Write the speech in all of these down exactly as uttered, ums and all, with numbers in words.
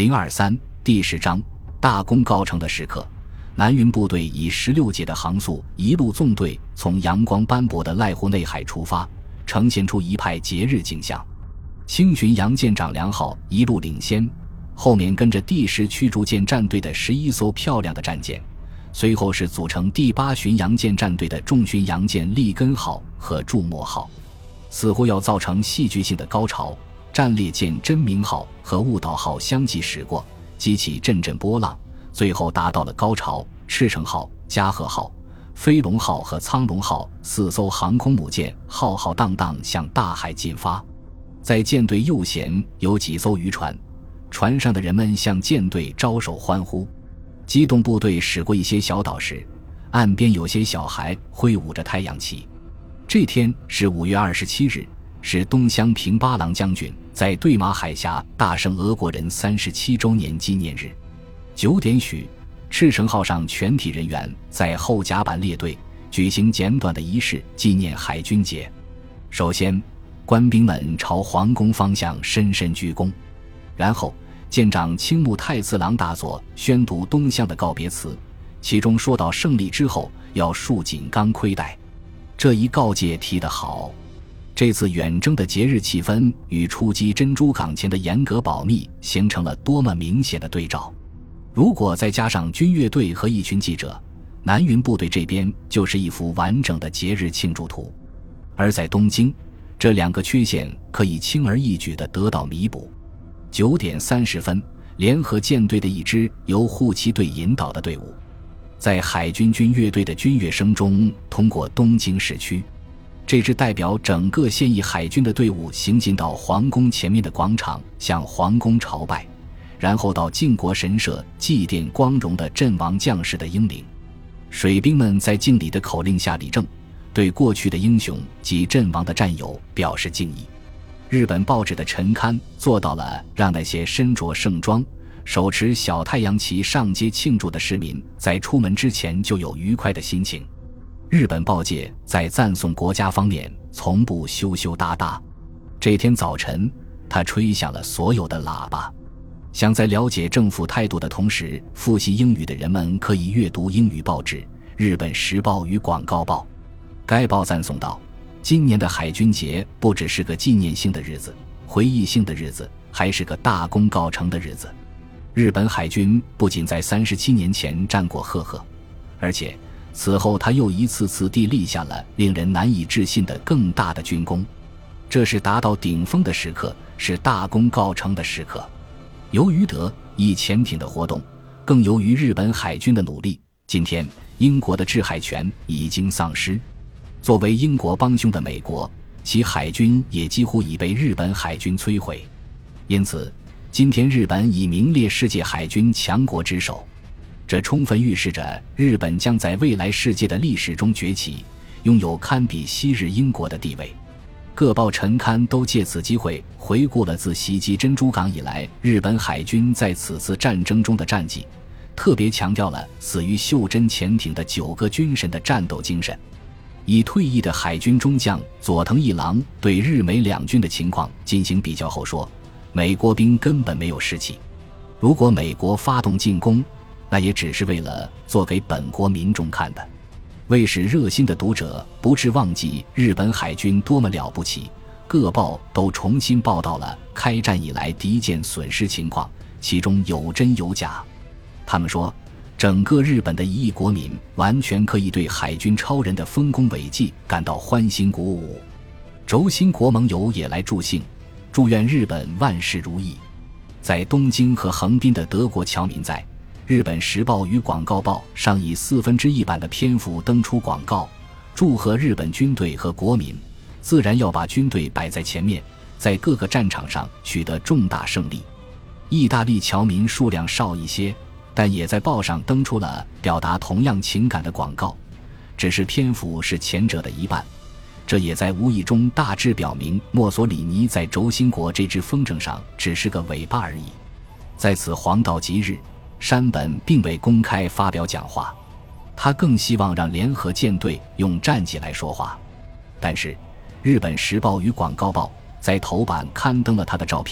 零二三第十章大功告成的时刻。南云部队以十六节的航速一路纵队从阳光斑驳的濑户内海出发，呈现出一派节日景象。轻巡洋舰长良号一路领先，后面跟着第十驱逐舰战队的十一艘漂亮的战舰，随后是组成第八巡洋舰战队的重巡洋舰利根号和筑摩号。似乎要造成戏剧性的高潮，战列舰真名号和雾岛号相继驶过，激起阵阵波浪，最后达到了高潮。赤城号、加贺号、飞龙号和苍龙号四艘航空母舰浩浩荡荡向大海进发。在舰队右舷有几艘渔船，船上的人们向舰队招手欢呼。机动部队驶过一些小岛时，岸边有些小孩挥舞着太阳旗。这天是五月二十七日，是东乡平八郎将军在对马海峡大胜俄国人三十七周年纪念日。九点许，赤城号上全体人员在后甲板列队，举行简短的仪式纪念海军节。首先，官兵们朝皇宫方向深深鞠躬，然后舰长青木太次郎大佐宣读东乡的告别词，其中说到胜利之后要束紧钢盔带。这一告诫提得好，这次远征的节日气氛与出击珍珠港前的严格保密形成了多么明显的对照。如果再加上军乐队和一群记者，南云部队这边就是一幅完整的节日庆祝图。而在东京，这两个缺陷可以轻而易举地得到弥补。九点三十分，联合舰队的一支由护旗队引导的队伍，在海军军乐队的军乐声中通过东京市区。这支代表整个现役海军的队伍行进到皇宫前面的广场，向皇宫朝拜，然后到靖国神社祭奠光荣的阵亡将士的英灵。水兵们在敬礼的口令下立正，对过去的英雄及阵亡的战友表示敬意。日本报纸的陈刊做到了让那些身着盛装、手持小太阳旗上街庆祝的市民在出门之前就有愉快的心情。日本报界在赞颂国家方面从不羞羞答答。这天早晨，他吹响了所有的喇叭。想在了解政府态度的同时复习英语的人们可以阅读英语报纸《日本时报》与《广告报》。该报赞颂道，今年的海军节不只是个纪念性的日子、回忆性的日子，还是个大功告成的日子。日本海军不仅在三十七年前战果赫赫，而且此后他又一次次地立下了令人难以置信的更大的军功。这是达到顶峰的时刻，是大功告成的时刻。由于德意潜艇的活动，更由于日本海军的努力，今天英国的制海权已经丧失。作为英国帮凶的美国，其海军也几乎已被日本海军摧毁。因此今天日本已名列世界海军强国之首，这充分预示着日本将在未来世界的历史中崛起，拥有堪比昔日英国的地位。各报陈刊都借此机会回顾了自袭击珍珠港以来日本海军在此次战争中的战绩，特别强调了死于袖珍潜艇的九个军神的战斗精神。以退役的海军中将佐藤一郎对日美两军的情况进行比较后说，美国兵根本没有士气，如果美国发动进攻，那也只是为了做给本国民众看的。为使热心的读者不致忘记日本海军多么了不起，各报都重新报道了开战以来敌舰损失情况，其中有真有假。他们说，整个日本的一亿国民完全可以对海军超人的丰功伟绩感到欢欣鼓舞。轴心国盟友也来助兴，祝愿日本万事如意。在东京和横滨的德国侨民在日本时报与广告报上以四分之一版的篇幅登出广告，祝贺日本军队和国民，自然要把军队摆在前面，在各个战场上取得重大胜利。意大利侨民数量少一些，但也在报上登出了表达同样情感的广告，只是篇幅是前者的一半。这也在无意中大致表明墨索里尼在轴心国这支风筝上只是个尾巴而已。在此黄道吉日，山本并未公开发表讲话，他更希望让联合舰队用战绩来说话。但是日本时报与广告报在头版刊登了他的照片，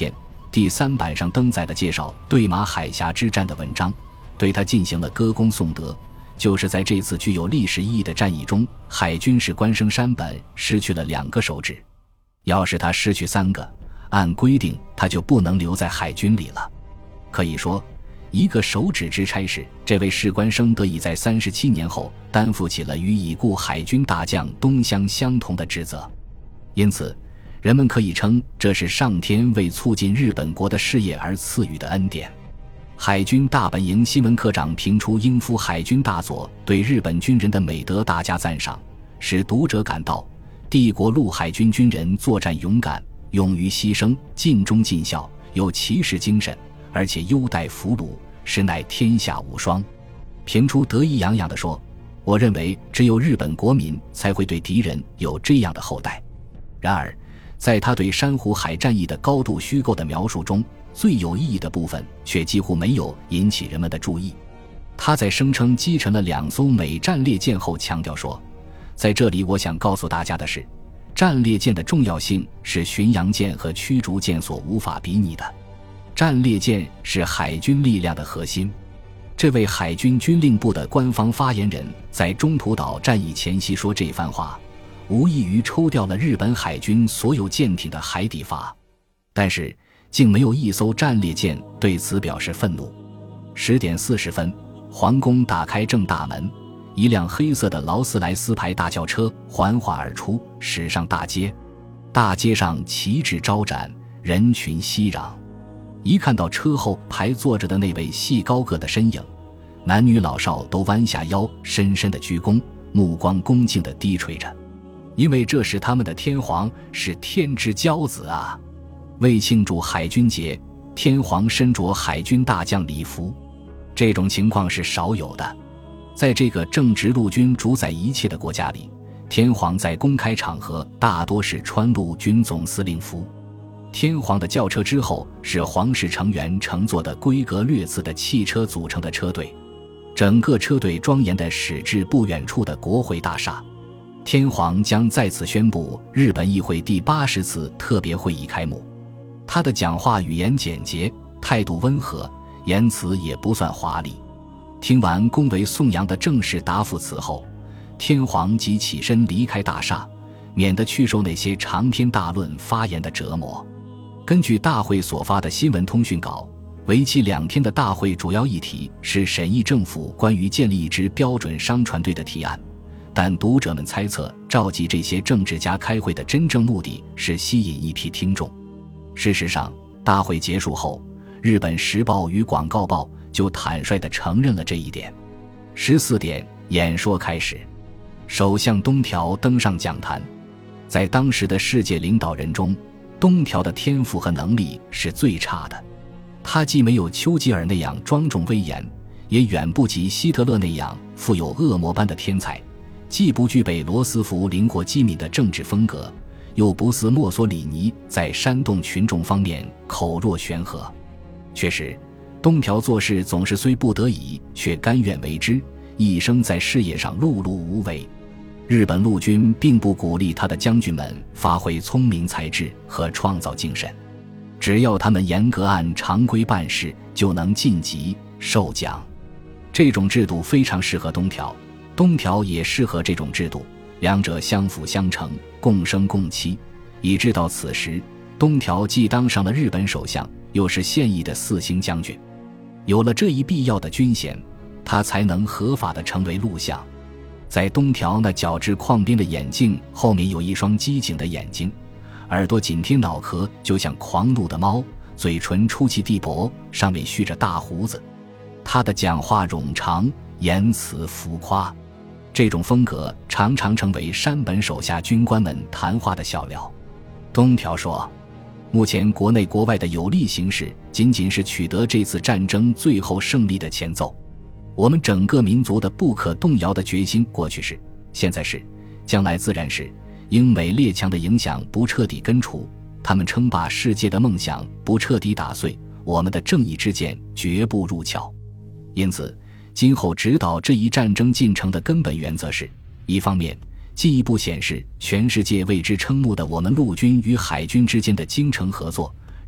第三版上登载了介绍对马海峡之战的文章，对他进行了歌功颂德。就是在这次具有历史意义的战役中，海军士官升山本失去了两个手指，要是他失去三个，按规定他就不能留在海军里了。可以说，一个手指之差事，这位士官生得以在三十七年后担负起了与已故海军大将东乡相同的职责。因此人们可以称这是上天为促进日本国的事业而赐予的恩典。海军大本营新闻科长评出英夫海军大佐对日本军人的美德大加赞赏，使读者感到帝国陆海军军人作战勇敢，勇于牺牲，尽忠尽孝，有骑士精神，而且优待俘虏，实乃天下无双。评出得意洋洋地说，我认为只有日本国民才会对敌人有这样的厚待。然而在他对珊瑚海战役的高度虚构的描述中，最有意义的部分却几乎没有引起人们的注意。他在声称击沉了两艘美战列舰后强调说，在这里我想告诉大家的是，战列舰的重要性是巡洋舰和驱逐舰所无法比拟的。战列舰是海军力量的核心。这位海军军令部的官方发言人在中途岛战役前夕说这番话，无异于抽调了日本海军所有舰艇的海底阀，但是竟没有一艘战列舰对此表示愤怒。十点四十分，皇宫打开正大门，一辆黑色的劳斯莱斯牌大轿车缓缓而出，驶上大街。大街上旗帜招展，人群熙攘。一看到车后排坐着的那位细高个的身影，男女老少都弯下腰，深深的鞠躬，目光恭敬地低垂着，因为这是他们的天皇，是天之骄子啊。为庆祝海军节，天皇身着海军大将礼服，这种情况是少有的。在这个正值陆军主宰一切的国家里，天皇在公开场合大多是穿陆军总司令服。天皇的轿车之后是皇室成员乘坐的规格略次的汽车组成的车队，整个车队庄严地驶至不远处的国会大厦。天皇将在此宣布日本议会第八十次特别会议开幕。他的讲话语言简洁，态度温和，言辞也不算华丽。听完恭维颂扬的正式答复词后，天皇即起身离开大厦，免得去受那些长篇大论发言的折磨。根据大会所发的新闻通讯稿，为期两天的大会主要议题是审议政府关于建立一支标准商船队的提案，但读者们猜测召集这些政治家开会的真正目的是吸引一批听众。事实上，大会结束后，日本时报与广告报就坦率地承认了这一点。十四点，演说开始，首相东条登上讲坛。在当时的世界领导人中，东条的天赋和能力是最差的。他既没有丘吉尔那样庄重威严，也远不及希特勒那样富有恶魔般的天才，既不具备罗斯福灵活机敏的政治风格，又不似墨索里尼在煽动群众方面口若悬河。确实，东条做事总是虽不得已却甘愿为之，一生在事业上碌碌无为。日本陆军并不鼓励他的将军们发挥聪明才智和创造精神，只要他们严格按常规办事，就能晋级受奖。这种制度非常适合东条，东条也适合这种制度，两者相辅相成，共生共期。以致到此时，东条既当上了日本首相，又是现役的四星将军。有了这一必要的军衔，他才能合法地成为陆相。在东条那角质矿边的眼镜后面有一双机警的眼睛，耳朵紧贴脑壳，就像狂怒的猫，嘴唇出气地薄，上面蓄着大胡子。他的讲话冗长，言辞浮夸，这种风格常常成为山本手下军官们谈话的笑料。东条说，目前国内国外的有利形势仅仅是取得这次战争最后胜利的前奏。我们整个民族的不可动摇的决心，过去是，现在是，将来自然是，英美列强的影响不彻底根除，他们称霸世界的梦想不彻底打碎，我们的正义之剑绝不入鞘。因此，今后指导这一战争进程的根本原则是：一方面，进一步显示全世界为之瞠目的我们陆军与海军之间的精诚合作，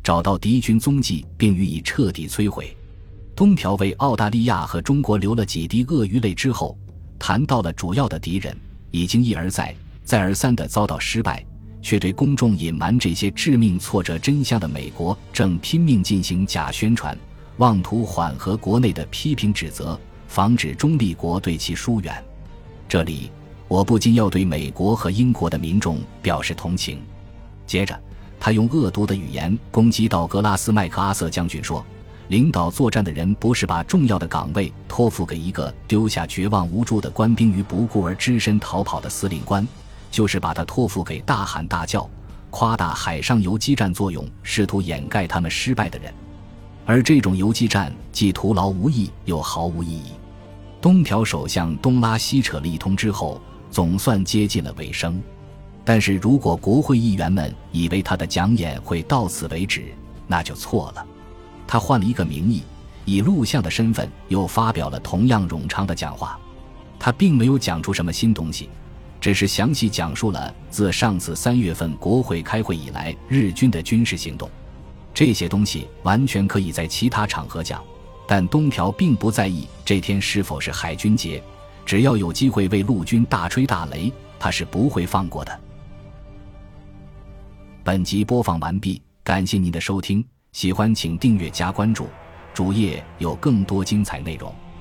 找到敌军踪迹并予以彻底摧毁。东条为澳大利亚和中国流了几滴鳄鱼泪之后，谈到了主要的敌人已经一而再再而三地遭到失败，却对公众隐瞒这些致命挫折真相的美国正拼命进行假宣传，妄图缓和国内的批评指责，防止中立国对其疏远。这里我不禁要对美国和英国的民众表示同情。接着他用恶毒的语言攻击道格拉斯·麦克阿瑟将军说，领导作战的人不是把重要的岗位托付给一个丢下绝望无助的官兵于不顾而只身逃跑的司令官，就是把他托付给大喊大叫夸大海上游击战作用试图掩盖他们失败的人。而这种游击战既徒劳无益又毫无意义。东条首相东拉西扯了一通之后，总算接近了尾声。但是如果国会议员们以为他的讲演会到此为止，那就错了。他换了一个名义，以录像的身份又发表了同样冗长的讲话。他并没有讲出什么新东西，只是详细讲述了自上次三月份国会开会以来日军的军事行动。这些东西完全可以在其他场合讲，但东条并不在意这天是否是海军节，只要有机会为陆军大吹大擂，他是不会放过的。本集播放完毕，感谢您的收听，喜欢请订阅加关注，主页有更多精彩内容。